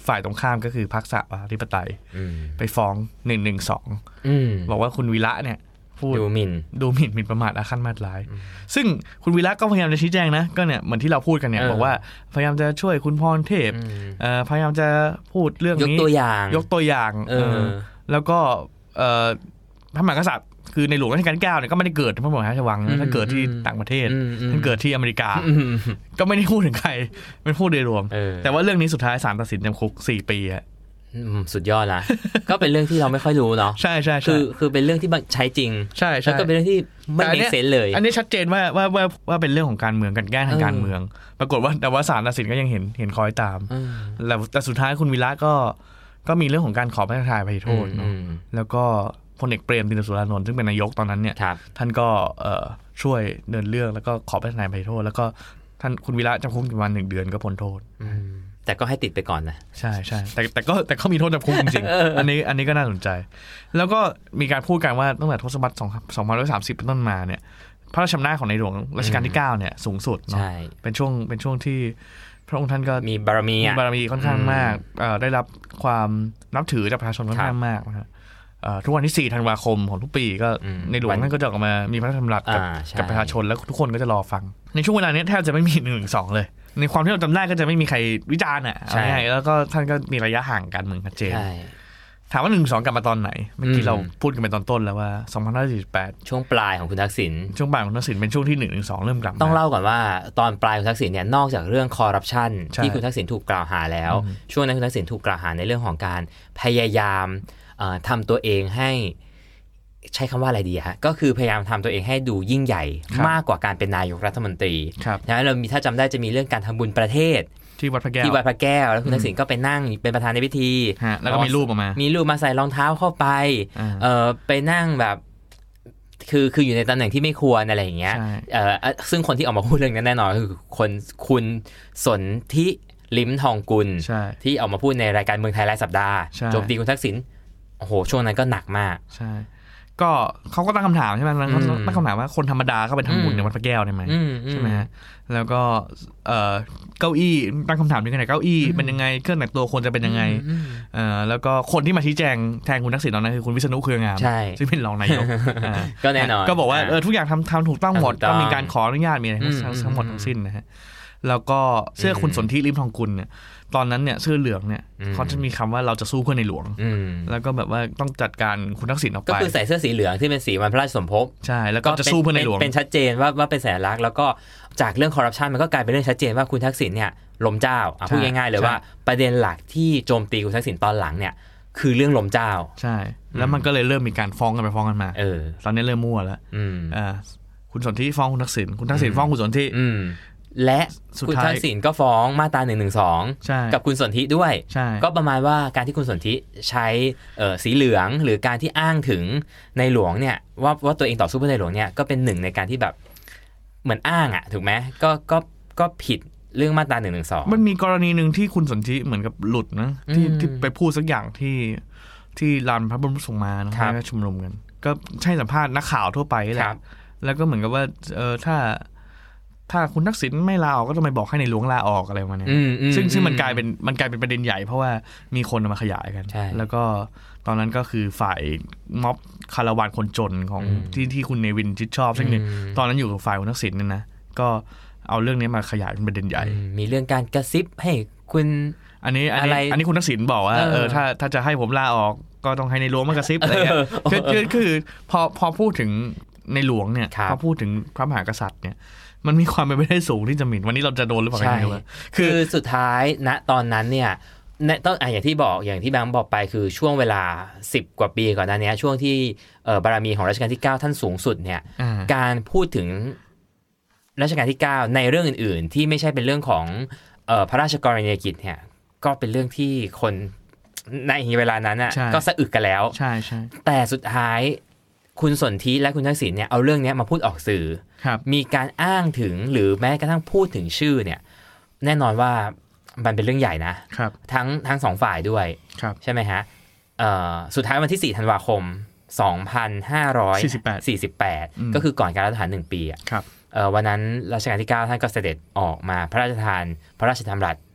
ฝ่ายตรงข้ามก็คือพรรคสหประชาธิปไตยไปฟ้องหนึ่งหนึ่งสองบอกว่าคุณวีระเนี่ยพูดดูหมิ่นดูหมิ่นหมิ่นประมาทอาฆาตมาตร้ายซึ่งคุณวีระก็พยายามจะชี้แจงนะก็เนี่ยเหมือนที่เราพูดกันเนี่ยบอกว่าพยายามจะช่วยคุณพรเทพพยายามจะพูดเรื่องนี้ยกตัวอย่างยกตัวอย่างแล้วก็พระมหากษัตริย์คือในหลวงรัชกาลที่เก้าเนี่ยก็ไม่ได้เกิดที่พระบรมราชวังท่านเกิดที่ต่างประเทศท่านเกิดที่อเมริกาก็ไม่ได้พูดถึงใครไม่พูดโดยรวมแต่ว่าเรื่องนี้สุดท้ายศาลตัดสินจำคุกสี่ปีอะสุดยอดนะก็เป็นเรื่องที่เราไม่ค่อยรู้เนาะใช่ใช่คือคือเป็นเรื่องที่ใช้จริงใช่แล้วก็เป็นเรื่องที่ไม่มีเซนส์เลยอันนี้ชัดเจนว่าว่าว่าว่าเป็นเรื่องของการเมืองกันแก้ทางการเมืองปรากฏว่าแต่ว่าศาลตัดสินก็ยังเห็นเห็นคอยตามแล้วแต่สุดท้ายคุณวีระก็ก็มีเรื่องของการขอพระราชทานอภัยโทษเนาะแล้วก็พลเอกเปรมติณสุรานนท์ซึ่งเป็นนายกตอนนั้นเนี่ยท่านก็ช่วยเดินเรื่องแล้วก็ขอพระราชทานอภัยโทษแล้วก็ท่านคุณวีระจำคุกประมาณหนึ่งเดือนก็พ้นโทษแต่ก็ให้ติดไปก่อนนะใช่ใช่แต่แต่ก็แต่ก็มีโทษจำคุกจริงๆอันนี้อันนี้ก็น่าสนใจแล้วก็มีการพูดกันว่าตั้งแต่ทศวรรษสองพันร้อยสามสิบเป็นต้นมาเนี่ยพระราชอำนาจของในหลวงรัชกาลที่เก้าเนี่ยสูงสุดเนาะเป็นช่วงเป็นช่วงที่พระองค์ท่านก็มีบารมีบารมีค่อนข้างมากได้รับความนับถือจากประชาชนค่อนข้างมากนะทุกวันที่สี่ธันวาคมของทุกปีก็ในหลวงท่านก็จะออกมามีพระราชดำรัสกับกับประชาชนแล้วทุกคนก็จะรอฟังในช่วงเวลานี้แทบจะไม่มีหนึ่งหนึ่งสองเลยในความที่เราจำได้ก็จะไม่มีใครวิจารณ์อ่ะใช่แล้วก็ท่านก็มีระยะห่างกันเหมือนชัดเจนถามว่าหนึ่งสองกลับมาตอนไหนเมื่อกี้เราพูดกันไปตอนต้นแล้วว่าสองพันห้าร้อยสี่สิบแปดช่วงปลายของคุณทักษิณช่วงปลายของคุณทักษิณเป็นช่วงที่หนึ่ง หนึ่ง สองเริ่มกลับมาต้องเล่าก่อนว่าตอนปลายคุณทักษิณเนี่ยนอกจากเรื่องคอร์รัปชันที่คุณทักษิณถูกกล่าวหาแล้วช่วงนั้นคุณทักษิณถูกกล่าวหาในเรื่องของการพยายามทำตัวเองให้ใช้คำว่าอะไรดีฮะก็คือพยายามทำตัวเองให้ดูยิ่งใหญ่มากกว่าการเป็นนายกรัฐมนตรีนะเรามีถ้าจำได้จะมีเรื่องการทำบุญประเทศที่วัดพระแก้วที่วัดพระแก้วแล้วคุณทักษิณก็ไปนั่งเป็นประธานในพิธีแล้วก็มีรูปออกมามีรูปมาใส่รองเท้าเข้าไปเออไปนั่งแบบคือคืออยู่ในตำแหน่งที่ไม่ควรอะไรอย่างเงี้ยเออซึ่งคนที่ออกมาพูดเรื่องนั้นแน่นอนคือคนคุณสนธิลิ้มทองกุลที่ออกมาพูดในรายการเมืองไทยรายสัปดาห์โจมตีคุณทักษิณโอ้โหช่วงนั้นก็หนักมากใช่ก็เขาก็ตั้งคำถามใช่ไหมเขาตั้งคำถามว่าคนธรรมดาเข้าไปทำบุญในวัดพระแก้วได้ไหมใช่ไหมแล้วก็เก้าอี้ตั้งคำถามถึงขนาดเก้าอี้เป็นยังไงเครื่องแต่งตัวควรจะเป็นยังไงแล้วก็คนที่มาชี้แจงแทนคุณทักษิณตอนนั้นคือคุณวิษณุเครืองามซึ่งเป็นรองนายกก็แน่นอนก็บอกว่าทุกอย่างทำทำถูกต้องหมดก็มีการขออนุญาตมีอะไรทั้งหมดทั้งสิ้นนะฮะแล้วก็เสื้อคุณสนธิลิ้มทองกุลเนี่ยตอนนั้นเนี่ยเสื้อเหลืองเนี่ยเขาจะมีคำว่าเราจะสู้เพื่อในหลวงแล้วก็แบบว่าต้องจัดการคุณทักษิณออกไปก็คือใส่เสื้อสีเหลืองที่เป็นสีวันพระราชสมภพใช่แล้วก็จะสู้เพื่อในหลวงเป็นชัดเจนว่าว่าเป็นสัญลักษณ์แล้วก็จากเรื่องคอร์รัปชันมันก็กลายเป็นเรื่องชัดเจนว่าคุณทักษิณเนี่ยล้มเจ้าพูดง่ายๆเลยว่าประเด็นหลักที่โจมตีคุณทักษิณตอนหลังเนี่ยคือเรื่องล้มเจ้าใช่แล้วมันก็เลยเริ่มมีการฟ้องกันไปฟ้องกันมาเออตอนนี้เริ่มมั่วแล้วอ่าคุณสนธิฟ้องคุณทักษิณคุณทักษิณฟ้องคุณสนธิและคุณทักษิณก็ฟ้องมาตราหนึ่งหนึ่งสองกับคุณสนธิด้วยก็ประมาณว่าการที่คุณสนธิใช้สีเหลืองหรือการที่อ้างถึงในหลวงเนี่ยว่าว่าตัวเองต่อสู้เพื่อในหลวงเนี่ยก็เป็นหนึ่งในการที่แบบเหมือนอ้างอ่ะถูกไหมก็ก็ก็ผิดเรื่องมาตราหนึ่งหนึ่งสองมันมีกรณีหนึ่งที่คุณสนธิเหมือนกับหลุดนะที่ที่ไปพูดสักอย่างที่ที่ลานพระบรมราชโองมาเนาะแล้วก็ชุมนุมกันก็ใช่สัมภาษณ์นักข่าวทั่วไปแหละแล้วก็เหมือนกับว่าเออถ้าถ้าคุณทักษิณไม่ลาออกก็จะไม่บอกให้ในหลวงลาออกอะไรมาเนี่ยซึ่งซึ่งมันกลายเป็นมันกลายเป็นประเด็นใหญ่เพราะว่ามีคนมาขยายกันแล้วก็ตอนนั้นก็คือฝ่ายม็อบคาราวานคนจนของที่ที่คุณเนวินชิดชอบซึ่งตอนนั้นอยู่กับฝ่ายคุณทักษิณเนี่ยนะก็เอาเรื่องนี้มาขยายเป็นประเด็นใหญ่มีเรื่องการกระซิบให้คุณอันนี้อันนี้อันนี้คุณทักษิณบอกว่าเออถ้าถ้าจะให้ผมลาออกก็ต้องให้ในหลวงมากระซิบอะไรเงี้ยคือคือพอพอพูดถึงในหลวงเนี่ยพอพูดถึงพระมหากษัตริย์เนี่ยมันมีความเป็นไปได้สูงที่จะหมิ่นวันนี้เราจะโดนหรือเปล่าใช่คือสุดท้ายณตอนนั้นเนี่ยต้องอ่ะอย่างที่บอกอย่างที่แบงค์บอกไปคือช่วงเวลาสิบกว่าปีก่อนหน้านี้ช่วงที่บารมีของรัชกาลที่เก้าท่านสูงสุดเนี่ยการพูดถึงรัชกาลที่เก้าในเรื่องอื่นๆที่ไม่ใช่เป็นเรื่องของพระราชกรณียกิจเนี่ยก็เป็นเรื่องที่คนในเวลานั้นอ่ะก็สะอึกกันแล้วใช่ใช่แต่สุดท้ายคุณสนธิและคุณทักษิณเนี่ยเอาเรื่องนี้มาพูดออกสื่อมีการอ้างถึงหรือแม้กระทั่งพูดถึงชื่อเนี่ยแน่นอนว่ามันเป็นเรื่องใหญ่นะทั้งทั้งสองฝ่ายด้วยใช่ไหมฮะสุดท้ายวันที่สี่ธันวาคมสองพันห้าร้อยสี่สิบแปดก็คือก่อนการรัฐประหารหนึ่งปีอ่ะวันนั้นรัชกาลที่เก้าท่านก็เสด็จออกมาพระราชทานพระราชดำรัส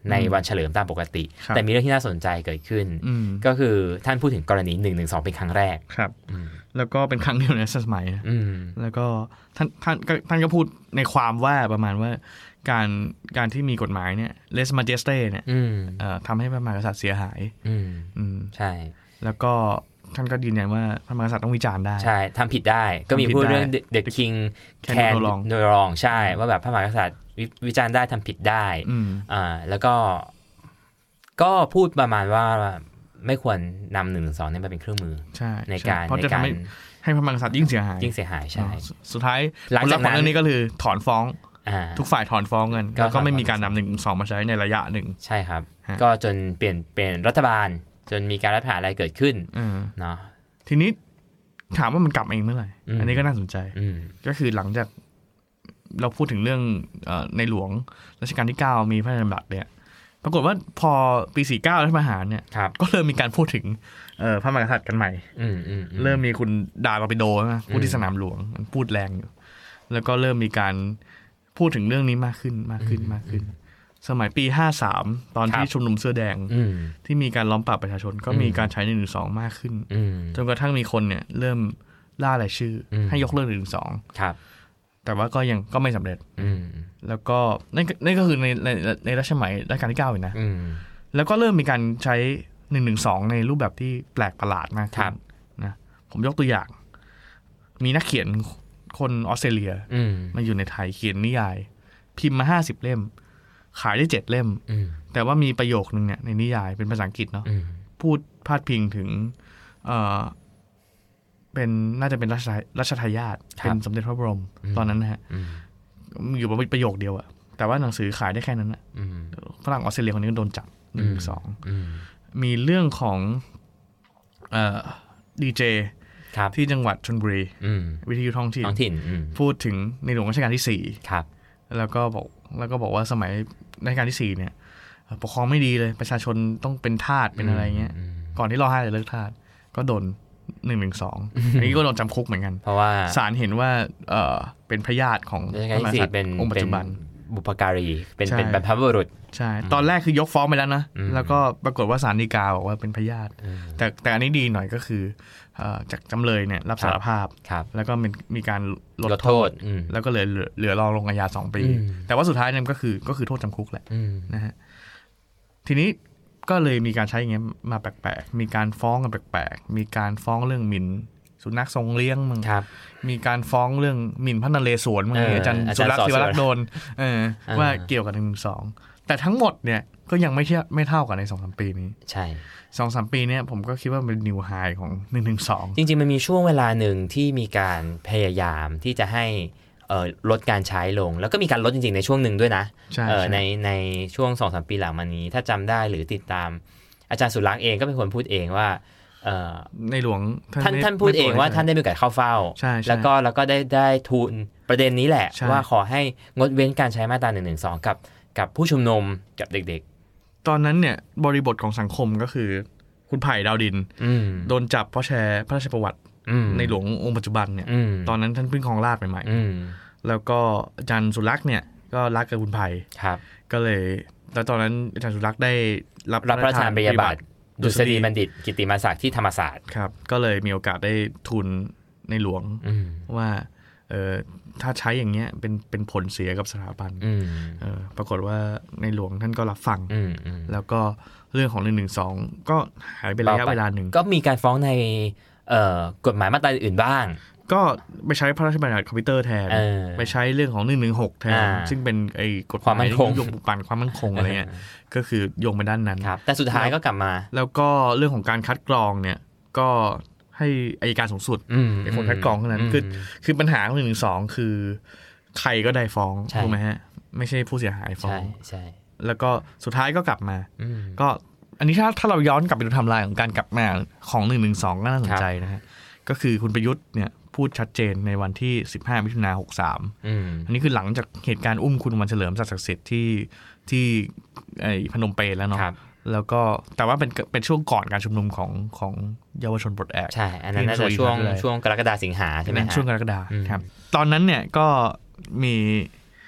ในวันเฉลิมตามปกติแต่มีเรื่องที่น่าสนใจเกิดขึ้นก็คือท่านพูดถึงกรณีหนึ่งหนึ่งสองเป็นครั้งแรกครับแล้วก็เป็นครั้งเดียวในสมัยแล้วก็ท่านท่านท่านก็พูดในความว่าประมาณว่าการการที่มีกฎหมายเนี่ย lèse majesté เนี่ยทำให้พระมหากษัตริย์เสียหายใช่แล้วก็ท่านก็ยืนยันว่าพระมหากษัตริย์ต้องวิจารณ์ได้ใช่ทำผิดได้ก็มีพูดเรื่อง the king can no wrong ใช่ว่าแบบพระมหากษัตริย์วิจารณ์ได้ทำผิดได้อ่าแล้วก็ก็พูดประมาณว่าไม่ควรนำหนึ่งหนึ่งสองนี่มาเป็นเครื่องมือในการในการให้พระมหากษัตริย์ยิ่งเสียหายยิ่งเสียหายใช่สุดท้ายหลังจากนั้นเรื่องนี้ก็คือถอนฟ้องทุกฝ่ายถอนฟ้องกันแล้วก็ไม่มีการนำหนึ่งสองมาใช้ในระยะหนึ่งใช่ครับก็จนเปลี่ยนเปลี่ยนรัฐบาลจนมีการรัฐประหารอะไรเกิดขึ้นเนาะทีนี้ถามว่ามันกลับมาเองเมื่อไหร่อันนี้ก็น่าสนใจก็คือหลังจากเราพูดถึงเรื่องในหลวงรัชกาลที่เก้ามีพระราชดำรัสเนี่ยปรากฏว่าพอปีสี่สิบเก้ารัฐประหารเนี่ยก็เริ่มมีการพูดถึงพระมหากษัตริย์กันใหม่เริ่มมีคุณดาตอร์ปิโดนะพูดที่สนามหลวงพูดแรงอยู่แล้วก็เริ่มมีการพูดถึงเรื่องนี้มากขึ้นมากขึ้นมากขึ้นสมัยปีห้าสามตอนที่ชุมนุมเสื้อแดงที่มีการล้อมปราบประชาชนก็มีการใช้หนึ่งหนึ่งสองมากขึ้นจนกระทั่งมีคนเนี่ยเริ่มล่ารายชื่อให้ยกเลิกหนึ่งหนึ่งสองแต่ว่าก็ยังก็ไม่สำเร็จแล้วก็นั่นนี่ก็คือในในในรัชสมัยรัชกาลที่เก้าอยู่นะแล้วก็เริ่มมีการใช้หนึ่งหนึ่งสองในรูปแบบที่แปลกประหลาดมากขึ้นนะผมยกตัวอย่างมีนักเขียนคนออสเตรเลียมาอยู่ในไทยเขียนนิยายพิมพ์มาห้าสิบเล่มขายได้เจ็ดเล่มแต่ว่ามีประโยคนึงเนี่ยในนิยายเป็นภาษาอังกฤษเนาะพูดพาดพิงถึงเอ่อเป็นน่าจะเป็นรัชรัชทายาทเป็นสมเด็จพระบรมตอนนั้นนะฮะอยู่ประโยคเดียวอะแต่ว่าหนังสือขายได้แค่นั้นอะฝรั่งออสเตรเลียคนนี้ก็โดนจับหนึ่งสองมีเรื่องของเอ่อดีเจที่จังหวัดชลบุรีวิทยุท้องถิ่นพูดถึงในหลวงรัชกาลที่สี่แล้วก็บอกแล้วก็บอกว่าสมัยรัชกาลที่สี่เนี่ยปกครองไม่ดีเลยประชาชนต้องเป็นทาสเป็นอะไรเงี้ยก่อนที่รอห้าจะเลิกทาสก็โดนหนึ่งหนึ่งสองอันนี้ก็โดนจำคุกเหมือนกันเพราะว่าศาลเห็นว่าเออเป็นพระญาติของพระมหากษัตริย์องค์ปัจจุบันบุพการีเป็นเป็นบรรพบุรุษใช่ตอนแรกคือยกฟ้องไปแล้วนะแล้วก็ปรากฏว่าศาลฎีกาบอกว่าเป็นพระญาติแต่แต่อันนี้ดีหน่อยก็คือจากจำเลยเนี่ยรับสารภาพแล้วก็มีการลดโทษแล้วก็เหลือเหลือรอลงอาญาสองปีแต่ว่าสุดท้ายนั่นก็คือก็คือโทษจำคุกแหละนะฮะทีนี้ก็เลยมีการใช้อย่างเงี้ยมาแปลกๆมีการฟ้องกันแปลกๆมีการฟ้องเรื่องหมิ่นสุนัขทรงเลี้ยงมึงมีการฟ้องเรื่องหมิ่นพระนเรศวรมึงอาจารย์สุรักษ์ศิวรักษ์โดนว่าเกี่ยวกับหนึ่งสองแต่ทั้งหมดเนี่ยก็ยังไม่เท่าไม่เท่ากับใน สองถึงสาม ปีนี้ใช่สองถึงสาม ปีเนี้ยผมก็คิดว่าเป็นนิวไฮของหนึ่งถึงสองจริงๆมันมีช่วงเวลาหนึ่งที่มีการพยายามที่จะให้ลดการใช้ลงแล้วก็มีการลดจริงๆในช่วงหนึ่งด้วยนะในในช่วง สองถึงสาม ปีหลังมานี้ถ้าจำได้หรือติดตามอาจารย์สุรักษ์เองก็เป็นคนพูดเองว่าในหลวงท่านท่านพูดเองว่าท่านได้มีโอกาสเข้าเฝ้าแล้วก็แล้วก็ได้ได้ทูลประเด็นนี้แหละว่าขอให้งดเว้นการใช้มาตราหนึ่งหนึ่งสองกับกับผู้ชุมนุมกับเด็กๆตอนนั้นเนี่ยบริบทของสังคมก็คือคุณไผ่ดาวดินโดนจับเพราะแชร์พระราชประวัติในหลวงองค์ปัจจุบันเนี่ยตอนนั้นท่านเพิ่งครองราชย์ใหม่ๆแล้วก็อาจารย์สุรักษ์เนี่ยก็รักกับคุณไผ่ก็เลยแล้วตอนนั้นอาจารย์สุรักษ์ได้รับรับพระราชทานปริญญาบัตรดุษฎีบัณฑิตกิตติมศักดิ์ที่ธรรมศาสตร์ครับก็เลยมีโอกาสได้ทูลในหลวงว่าเออถ้าใช้อย่างเงี้ยเป็นเป็นผลเสียกับสถาบันเออปรากฏว่าในหลวงท่านก็รับฟังแล้วก็เรื่องของหนึ่งหนึ่งสองก็หายไประยะเวลาหนึ่งก็มีการฟ้องในกฎหมายมาตราอื่นบ้างก็ไปใช้พระราชบัญญัติคอมพิวเตอร์แทนไปใช้เรื่องของหนึ่งหนึ่งหกแทนซึ่งเป็นไอ้กฎหมายที่โยงปลูกปั่นความมั่นคงอะไรเงี้ยก็คือโยงไปด้านนั้นแต่สุดท้ายก็กลับมาแล้วก็เรื่องของการคัดกรองเนี่ยก็ให้อัยการสูงสุดเป็นคนคัดกรองเท่านั้นคือคือปัญหาของหนึ่งหนึ่งสองคือใครก็ได้ฟ้องถูกไหมฮะไม่ใช่ผู้เสียหายฟ้องใช่แล้วก็สุดท้ายก็กลับมาก็อันนี้ถ้าถ้าเราย้อนกลับไปดูไทม์ไลน์ของการกลับมาของหนึ่งหนึ่งสองก็น่าสนใจนะฮะก็คือคุณประยุทธ์เนี่ยพูดชัดเจนในวันที่สิบห้ามิถุนายนหกสิบสามอันนี้คือหลังจากเหตุการณ์อุ้มคุณวันเฉลิมศักดิ์สิทธิ์ที่ที่ไอ้พนมเปญแล้วเนาะแล้วก็แต่ว่าเป็นเป็นช่วงก่อนการชุมนุมของของเยาวชนปลดแอกใช่อันนั้นน่าจะช่วงช่วงกรกฎาสิงหาใช่ไหมช่วงกรกฎาครับตอนนั้นเนี่ยก็มี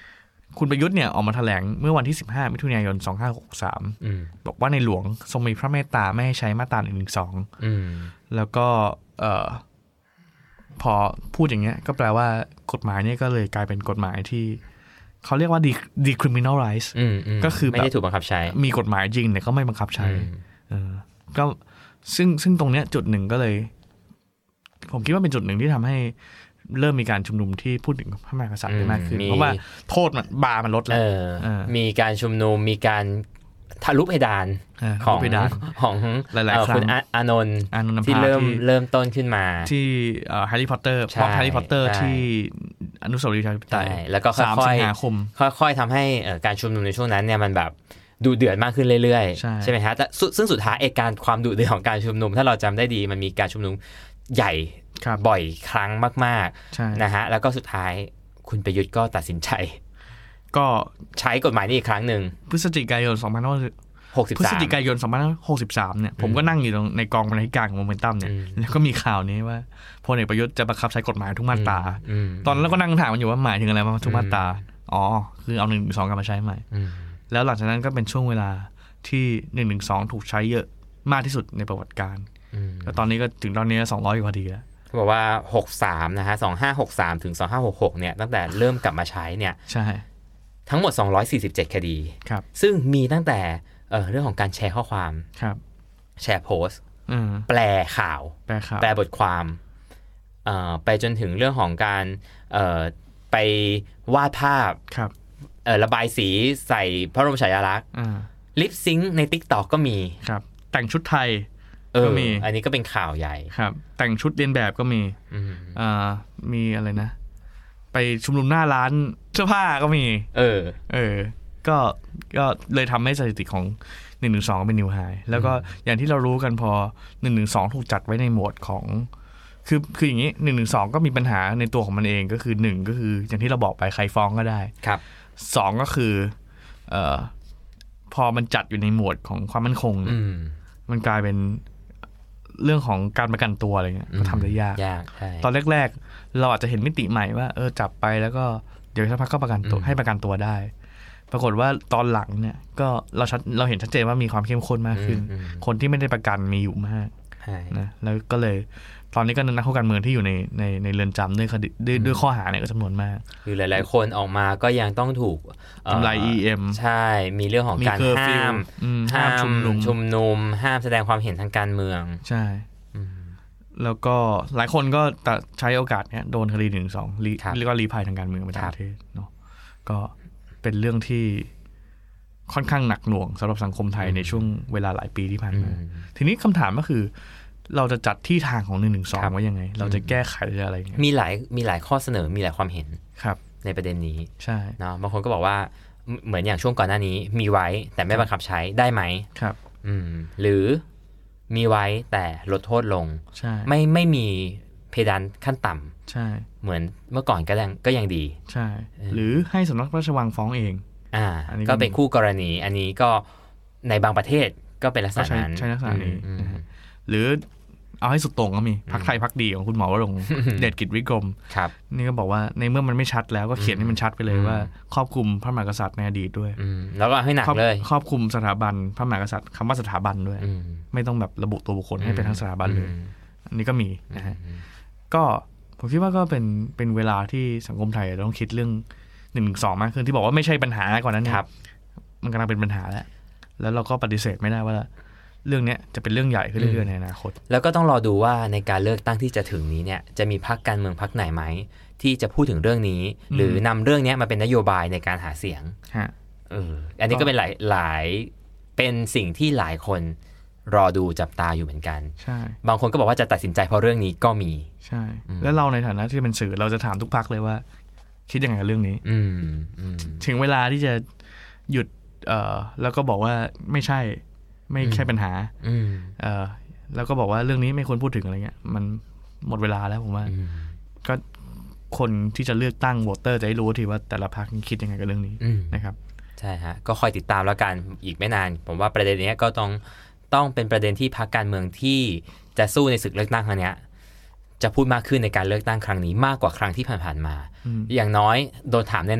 คุณประยุทธ์เนี่ยออกมาแถลงเมื่อวันที่สิบห้ามิถุนายนสองพันห้าร้อยหกสิบสามบอกว่าในหลวงทรงมีพระเมตตาไม่ให้ใช้มาตราหนึ่งหนึ่งสองแล้วก็เอ่อพอพูดอย่างเงี้ยก็แปลว่ากฎหมายเนี่ยก็เลยกลายเป็นกฎหมายที่เขาเรียกว่า decriminalize ก็คือไม่ได้ถูกบังคับใช้มีกฎหมายจริงแต่ก็ไม่บังคับใช้เออก็ซึ่งซึ่งตรงเนี้ยจุดหนึ่งก็เลยผมคิดว่าเป็นจุดหนึ่งที่ทำให้เริ่มมีการชุมนุมที่พูดถึงพระมหากษัตริย์ได้มากขึ้นเพราะว่าโทษมันบาร์มันลดแล้วมีการชุมนุมมีการทะลุเพดานของของคุณอานนท์ที่เริ่มเริ่มต้นขึ้นมาที่แฮร์รี่พอตเตอร์ม็อบแฮร์รี่พอตเตอร์ที่อนุสาวรีย์ประชาธิปไตยแล้วก็ค่อยๆค่อยๆทำให้การชุมนุมในช่วงนั้นเนี่ยมันแบบดูเดือดมากขึ้นเรื่อยๆใช่ไหมฮะแต่ซึ่งสุดท้ายเอกการความดุเดือดของการชุมนุมถ้าเราจำได้ดีมันมีการชุมนุมใหญ่บ่อยครั้งมากๆนะฮะแล้วก็สุดท้ายคุณประยุทธ์ก็ตัดสินใจก็ใช้กฎหมายนี้อีกครั้งหนึ่งพฤศจิกายนสองพันห้าร้อยหกสิบสามพฤศจิกายนสองพันห้าร้อยหกสิบสามเนี่ยผมก็นั่งอยู่ตรงในกองบรรณาธิการของโมเมนตัมเนี่ยแล้วก็มีข่าวนี้ว่าพลเอกประยุทธ์จะบังคับใช้กฎหมายทุกมาตราตอนนั้นเราก็นั่งถามกันอยู่ว่าหมายถึงอะไรว่าทุกมาตราอ๋อคือเอาหนึ่งสองกลับมาใช้ใหม่แล้วหลังจากนั้นก็เป็นช่วงเวลาที่หนึ่งหนึ่งสองถูกใช้เยอะมากที่สุดในประวัติการแล้วตอนนี้ก็ถึงตอนนี้สองร้อยกว่าทีแล้วเขาบอกว่าหกสิบสามนะฮะสองพันห้าร้อยหกสิบสามถึงสองพันห้าร้อยหกสิบหกเนี่ยตั้งแต่เริ่มกลับมาใช้เนี่ยใช่ทั้งหมดสองร้อยสี่สิบเจ็ดคดีครับซึ่งมีตั้งแต่เอ่อเรื่องของการแชร์ข้อความครับแชร์โพสต์แปลข่าวแปลข่าวแปลบทความเอ่อไปจนถึงเรื่องของการเอ่อไปวาดภาพครับเอ่อระบายสีใส่พระบรมฉายาลักษณ์ลิปซิงค์ใน TikTok ก็มีครับแต่งชุดไทยก็มีอันนี้ก็เป็นข่าวใหญ่ครับแต่งชุดเลียนแบบก็มีอ่ามีอะไรนะไปชุมนุมหน้าร้านเสื้อผ้าก็มีเออเออก็ก็เลยทำให้สถิติของหนึ่งหนึ่งสองเป็นนิวไฮแล้วก็อย่างที่เรารู้กันพอหนึ่งหนึ่งสองถูกจัดไว้ในโหมดของคือคืออย่างนี้หนึ่งหนึ่งสองก็มีปัญหาในตัวของมันเองก็คือหนึ่งก็คืออย่างที่เราบอกไปใครฟ้องก็ได้ครับสองก็คือเอ่อพอมันจัดอยู่ในโหมดของความมั่นคงมันกลายเป็นเรื่องของการประกันตัวอะไรเงี้ยก็ทำได้ยากตอนแรกๆเราอาจจะเห็นมิติใหม่ว่าเออจับไปแล้วก็เดี๋ยวสักพักก็ประกันตัวให้ประกันตัวได้ปรากฏว่าตอนหลังเนี่ยก็เราชัดเราเห็นชัดเจนว่ามีความเข้มข้นมากขึ้นคนที่ไม่ได้ประกันมีอยู่มากนะแล้วก็เลยตอนนี้ก็นักการเมืองที่อยู่ในในในเรือนจำด้วยคดีด้วยด้วยข้อหาเนี่ยก็จำนวนมากคือหลายๆคนออกมาก็ยังต้องถูกทำลาย อี เอ็มใช่มีเรื่องของการห้ามห้ามชุมนุมชุมนุมห้ามแสดงความเห็นทางการเมืองใช่แล้วก็หลายคนก็ใช้โอกาสเนี้ยโดนคดีหนึ่งสองเรียกว่ารีภัยทางการเมืองไปต่างประเทศเนาะก็เป็นเรื่องที่ค่อนข้างหนักหน่วงสำหรับสังคมไทยในช่วงเวลาหลายปีที่ผ่านมาทีนี้คำถามก็คือเราจะจัดที่ทางของหนึ่งหนึ่งสองไว้ยังไงเราจะแก้ไขอะไรอย่างเงี้ยมีหลายมีหลายข้อเสนอมีหลายความเห็นครับในประเด็นนี้ใช่เนาะบางคนก็บอกว่าเหมือนอย่างช่วงก่อนหน้านี้มีไว้แต่ไม่บังคับใช้ได้ไหมครับอืมหรือมีไว้แต่ลดโทษลงใช่ไม่ไม่มีเพดานขั้นต่ำใช่เหมือนเมื่อก่อนก็ยังก็ยังดีใช่หรือให้สำนักพระราชวังฟ้องเองอ่าก็เป็นคู่กรณีอันนี้ก็ในบางประเทศก็เป็นลักษณะนั้นใช่ลักษณะนี้หรือเอาให้สุดตรงก็มีพรรคไทยพรรคดีของคุณหมอวรงค์เดชกิจวิกรมนี่ก็บอกว่าในเมื่อมันไม่ชัดแล้วก็เขียนให้มันชัดไปเลยว่าครอบคลุมพระมหากษัตริย์ในอดีตด้วยแล้วก็ให้หนักเลยครอบคลุมสถาบันพระมหากษัตริย์คำว่าสถาบันด้วยไม่ต้องแบบระบุตัวบุคคลให้เป็นทั้งสถาบันเลยอันนี้ก็มีนะฮะก็ผมคิดว่าก็เป็นเป็นเวลาที่สังคมไทยต้องคิดเรื่องหนึ่งหนึ่งสองมากขึ้นที่บอกว่าไม่ใช่ปัญหาก่อนนั้นครับมันกำลังเป็นปัญหาแล้วแล้วเราก็ปฏิเสธไม่ได้ว่าเรื่องนี้จะเป็นเรื่องใหญ่ขึ้นเรื่อยๆในอนาคตแล้วก็ต้องรอดูว่าในการเลือกตั้งที่จะถึงนี้เนี่ยจะมีพรรคการเมืองพรรคไหนไหมที่จะพูดถึงเรื่องนี้หรือนำเรื่องนี้มาเป็นนโยบายในการหาเสียงเอออันนี้ก็เป็นหลายหลายเป็นสิ่งที่หลายคนรอดูจับตาอยู่เหมือนกันใช่บางคนก็บอกว่าจะตัดสินใจเพราะเรื่องนี้ก็มีใช่แล้วเราในฐานะที่เป็นสื่อเราจะถามทุกพรรคเลยว่าคิดยังไงกับเรื่องนี้ถึงเวลาที่จะหยุดเอ่อแล้วก็บอกว่าไม่ใช่ไม่ใช่ปัญหาเอ่อแล้วก็บอกว่าเรื่องนี้ไม่ควรพูดถึงอะไรเงี้ยมันหมดเวลาแล้วผมว่าก็คนที่จะเลือกตั้งโหวตเตอร์จะได้รู้ทีว่าแต่ละพรรคคิดยังไงกับเรื่องนี้นะครับใช่ฮะก็คอยติดตามแล้วกันอีกไม่นานผมว่าประเด็นนี้ก็ต้องต้องเป็นประเด็นที่พรรคการเมืองที่จะสู้ในศึกเลือกตั้งครั้งนี้จะพูดมากขึ้นในการเลือกตั้งครั้งนี้มากกว่าครั้งที่ผ่านๆมาอย่างน้อยโดนถามแน่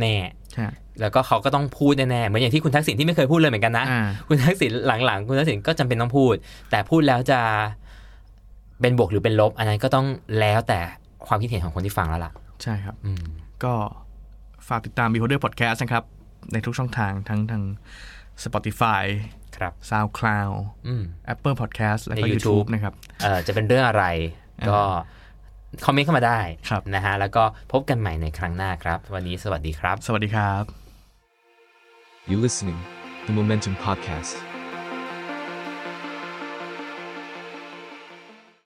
แล้วก็เขาก็ต้องพูดแน่ๆเหมือนอย่างที่คุณทักษิณที่ไม่เคยพูดเลยเหมือนกันนะคุณทักษิณหลังๆคุณทักษิณก็จำเป็นต้องพูดแต่พูดแล้วจะเป็นบวกหรือเป็นลบอันนั้นก็ต้องแล้วแต่ความคิดเห็นของคนที่ฟังแล้วล่ะใช่ครับก็ฝากติดตาม Beholder Podcast นะครับในทุกช่องทางทั้งทาง Spotify ครับ SoundCloud Apple Podcast แล้วก็ YouTube นะครับเอ่อจะเป็นเรื่องอะไรก็คอมเมนต์เข้ามาได้นะฮะแล้วก็พบกันใหม่ในครั้งหน้าครับวันนี้สวัสดีครับสวัสดีครับ You listening The Momentum Podcast